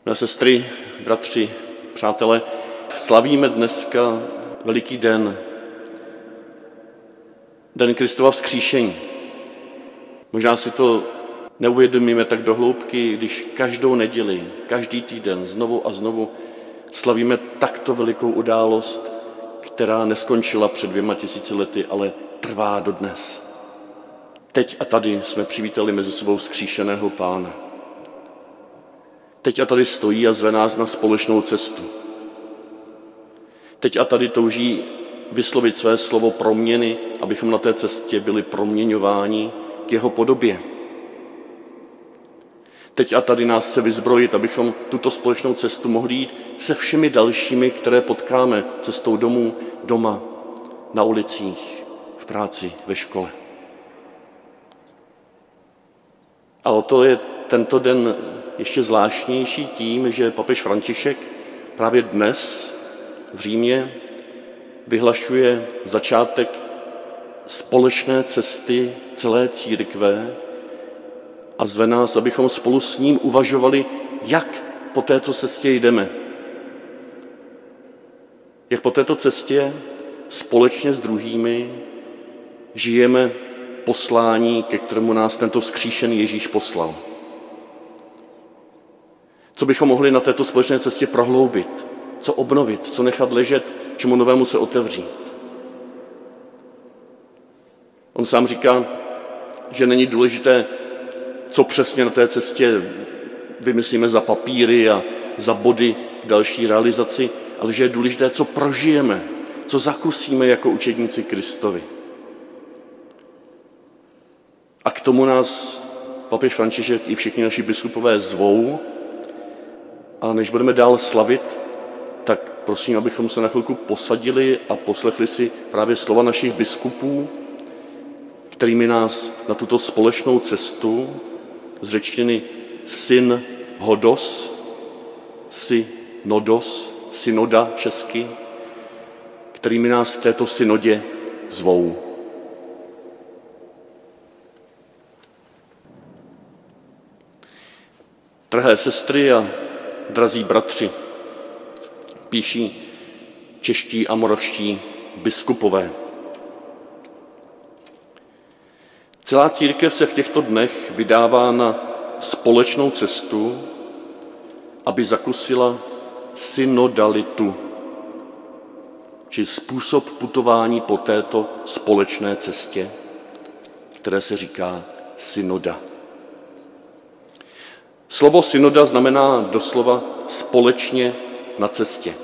Milé sestry, bratři, přátelé, slavíme dneska veliký den, den Kristova vzkříšení. Možná si to neuvědomíme tak do hloubky, když každou neděli, každý týden znovu a znovu slavíme takto velikou událost, která neskončila před 2000 lety, ale trvá dodnes. Teď a tady jsme přivítali mezi sebou vzkříšeného Pána. Teď a tady stojí a zve nás na společnou cestu. Teď a tady touží vyslovit své slovo proměny, abychom na té cestě byli proměňováni k jeho podobě. Teď a tady nás chce vyzbrojit, abychom tuto společnou cestu mohli jít se všemi dalšími, které potkáme cestou domů, doma, na ulicích, v práci, ve škole. A o to je tento den ještě zvláštnější tím, že papež František právě dnes v Římě vyhlašuje začátek společné cesty celé církve a zve nás, abychom spolu s ním uvažovali, jak po této cestě jdeme. Jak po této cestě společně s druhými žijeme poslání, ke kterému nás tento vzkříšený Ježíš poslal. Co bychom mohli na této společné cestě prohloubit, co obnovit, co nechat ležet, čemu novému se otevřít. On sám říká, že není důležité, co přesně na té cestě vymyslíme za papíry a za body k další realizaci, ale že je důležité, co prožijeme, co zakusíme jako učedníci Kristovi. A k tomu nás papež František i všichni naši biskupové zvou. A než budeme dál slavit, tak prosím, abychom se na chvilku posadili a poslechli si právě slova našich biskupů, kterými nás na tuto společnou cestu z řečtiny synhodos, synodos, synoda česky, kterými nás k této synodě zvou. Drahé sestry a drazí bratři, píší čeští a moravští biskupové. Celá církev se v těchto dnech vydává na společnou cestu, aby zakusila synodalitu, či způsob putování po této společné cestě, které se říká synoda. Slovo synoda znamená doslova společně na cestě.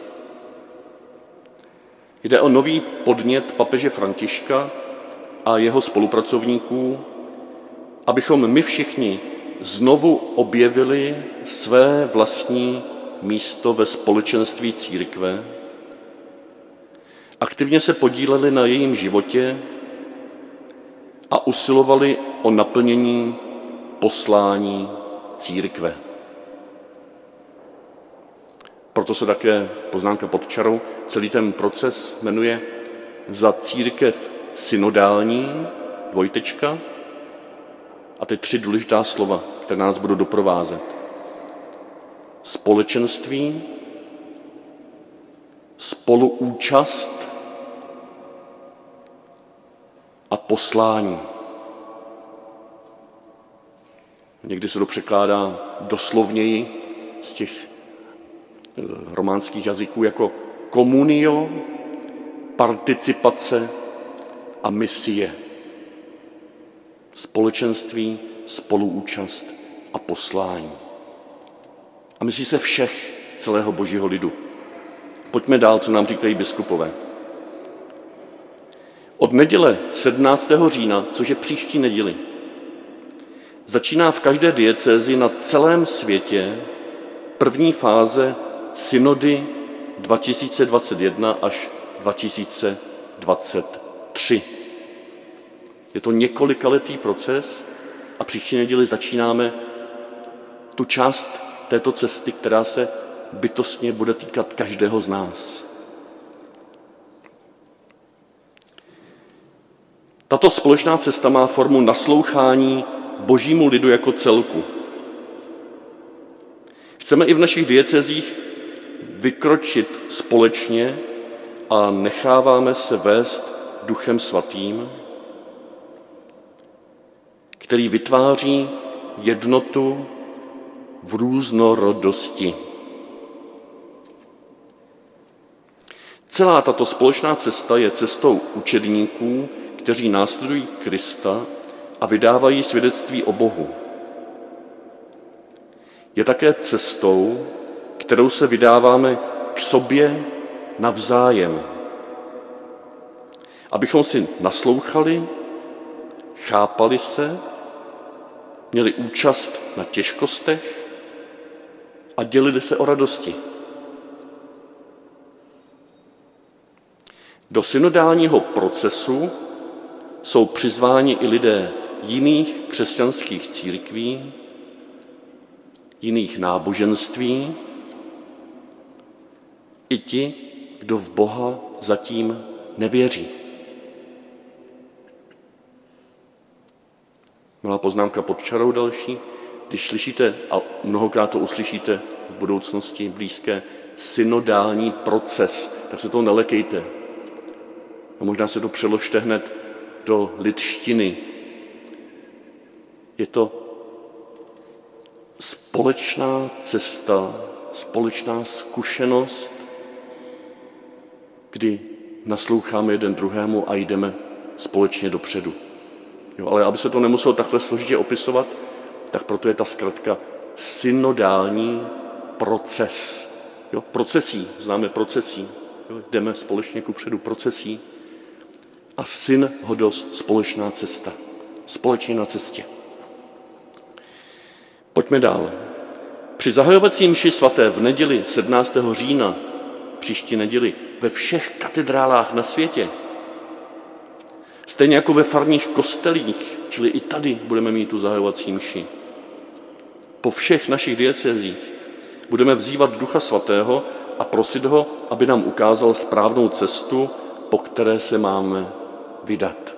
Jde o nový podnět papeže Františka a jeho spolupracovníků, abychom my všichni znovu objevili své vlastní místo ve společenství církve, aktivně se podíleli na jejím životě a usilovali o naplnění poslání církve. Proto se také poznámka pod čarou celý ten proces jmenuje Za církev synodální, dvojtečka, a ty 3 důležitá slova, které nás budou doprovázet. Společenství, spoluúčast a poslání. Někdy se to překládá doslovněji z těch románských jazyků jako komunio, participace a misie. Společenství, spoluúčast a poslání. A myslí se všech celého božího lidu. Pojďme dál, co nám říkají biskupové. Od neděle 17. října, což je příští neděli, začíná v každé diecézi na celém světě první fáze synody 2021 až 2023. Je to několikaletý proces a příští neděli začínáme tu část této cesty, která se bytostně bude týkat každého z nás. Tato společná cesta má formu naslouchání božímu lidu jako celku. Chceme i v našich diecézích vykročit společně a necháváme se vést Duchem Svatým, který vytváří jednotu v různorodosti. Celá tato společná cesta je cestou učedníků, kteří následují Krista a vydávají svědectví o Bohu. Je také cestou, kterou se vydáváme k sobě navzájem, abychom si naslouchali, chápali se, měli účast na těžkostech a dělili se o radosti. Do synodálního procesu jsou přizváni i lidé jiných křesťanských církví, jiných náboženství, i ti, kdo v Boha zatím nevěří. Malá poznámka pod čarou další. Když slyšíte, a mnohokrát to uslyšíte v budoucnosti blízké, synodální proces, tak se toho nelekejte. A možná se to přeložte hned do lidštiny. Je to společná cesta, společná zkušenost, kdy nasloucháme jeden druhému a jdeme společně dopředu. Jo, ale aby se to nemuselo takhle složitě opisovat, tak proto je ta zkratka synodální proces. Jo, procesí, známe procesí. Jo, jdeme společně kupředu procesí. A synodos, společná cesta. Společně na cestě. Pojďme dál. Při zahajovací mši svaté v neděli 17. října, příští neděli, ve všech katedrálách na světě, stejně jako ve farních kostelích, čili i tady budeme mít tu zahajovací mši. Po všech našich diecézích budeme vzývat Ducha Svatého a prosit ho, aby nám ukázal správnou cestu, po které se máme vydat.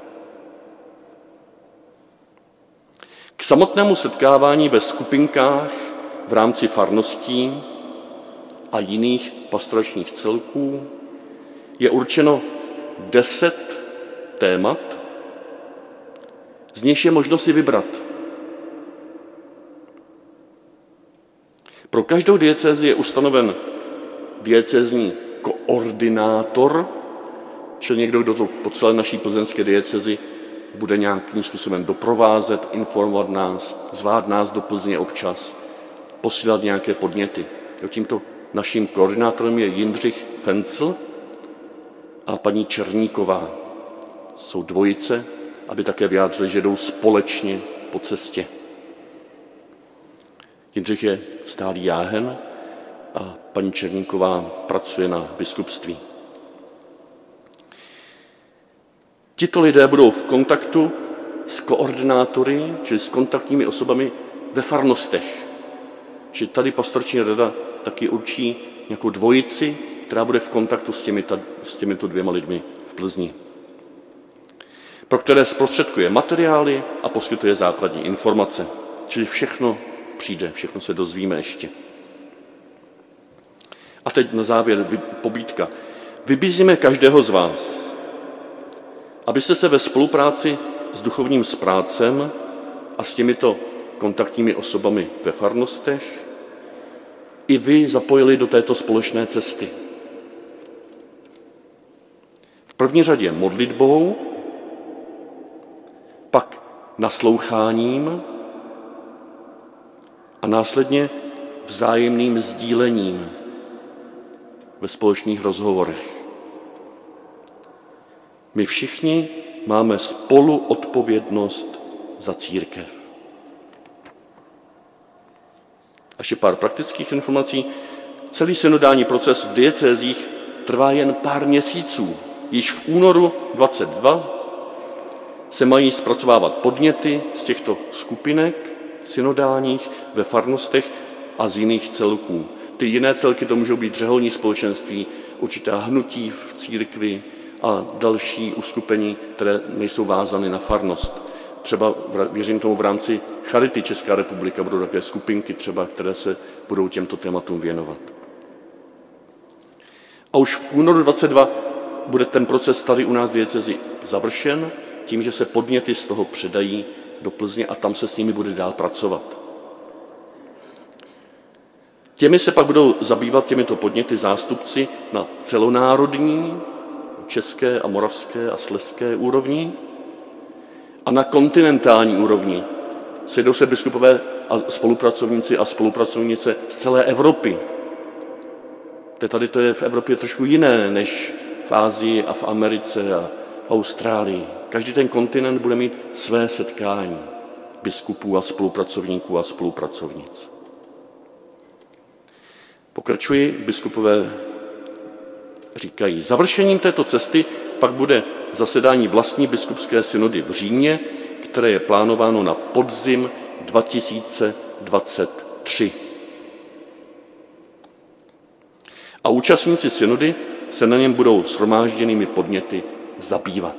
K samotnému setkávání ve skupinkách v rámci farností a jiných pastoračních celků je určeno 10 témat, z nichž je možno si vybrat. Pro každou diecézi je ustanoven diecézní koordinátor, čili někdo, kdo to po celé naší plzeňské diecézi bude nějakým způsobem doprovázet, informovat nás, zvát nás do Plzně občas, posílat nějaké podněty. Tímto naším koordinátorem je Jindřich Fencl a paní Černíková. Jsou dvojice, aby také vyjádřili, že jdou společně po cestě. Jindřich je stálý jáhen a paní Černíková pracuje na biskupství. Tito lidé budou v kontaktu s koordinátory, čili s kontaktními osobami ve farnostech. Čili tady pastorační rada taky určí nějakou dvojici, která bude v kontaktu s těmito dvěma lidmi v Plzni, pro které zprostředkuje materiály a poskytuje základní informace. Čili všechno přijde, všechno se dozvíme ještě. A teď na závěr pobídka. Vybízíme každého z vás, abyste se ve spolupráci s duchovním správcem a s těmito kontaktními osobami ve farnostech i vy zapojili do této společné cesty. V první řadě modlitbou, pak nasloucháním a následně vzájemným sdílením ve společných rozhovorech. My všichni máme spolu odpovědnost za církev. Ještě pár praktických informací. Celý synodální proces v diecézích trvá jen pár měsíců. Již v únoru 2022 se mají zpracovávat podněty z těchto skupinek synodálních ve farnostech a z jiných celků. Ty jiné celky to můžou být řeholní společenství, určitá hnutí v církvi a další uskupení, které nejsou vázány na farnost. Třeba věřím tomu v rámci Charity Česká republika, budou také skupinky třeba, které se budou těmto tématům věnovat. A už v únoru 22 bude ten proces tady u nás v diecezi završen tím, že se podněty z toho předají do Plzně a tam se s nimi bude dál pracovat. Těmi se pak budou zabývat těmito podněty zástupci na celonárodní, české a moravské a slezské úrovni a na kontinentální úrovni sejdou se biskupové a spolupracovníci a spolupracovnice z celé Evropy. Tady to je v Evropě trošku jiné než v Asii a v Americe a v Austrálii. Každý ten kontinent bude mít své setkání biskupů a spolupracovníků a spolupracovnic. Pokračuji, biskupové říkají, završením této cesty pak bude zasedání vlastní biskupské synody v Římě, které je plánováno na podzim 2023. A účastníci synody se na něm budou shromážděnými podněty zabývat.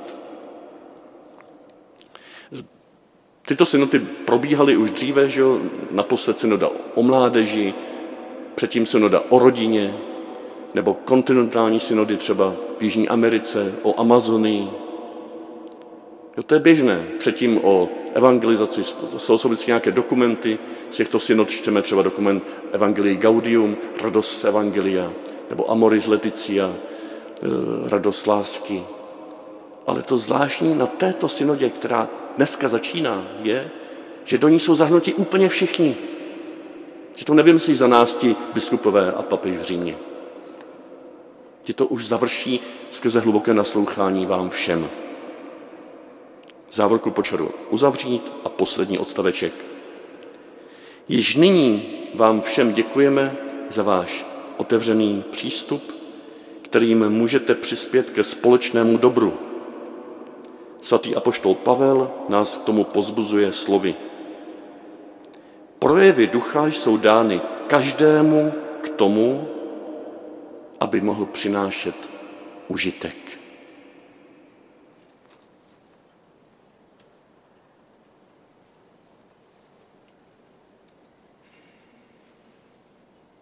Tyto synody probíhaly už dříve, že jo? Naposled synoda o mládeži, předtím synoda o rodině, nebo kontinentální synody třeba v Jižní Americe, o Amazonii. Jo, to je běžné. Předtím o evangelizaci, jsou vždycky nějaké dokumenty, z těchto synod čteme třeba dokument Evangelii Gaudium, radost z evangelia, nebo Amoris Laetitia, radost lásky. Ale to zvláštní na této synodě, která dneska začíná, je, že do ní jsou zahrnuti úplně všichni. Že to nevymyslí za nás ti biskupové a papež v Římě. Ti to už završí skrze hluboké naslouchání vám všem. Závorku počaru uzavřít a poslední odstaveček. Již nyní vám všem děkujeme za váš otevřený přístup, kterým můžete přispět ke společnému dobru. Svatý apoštol Pavel nás k tomu povzbuzuje slovy. Projevy ducha jsou dány každému k tomu, aby mohl přinášet užitek.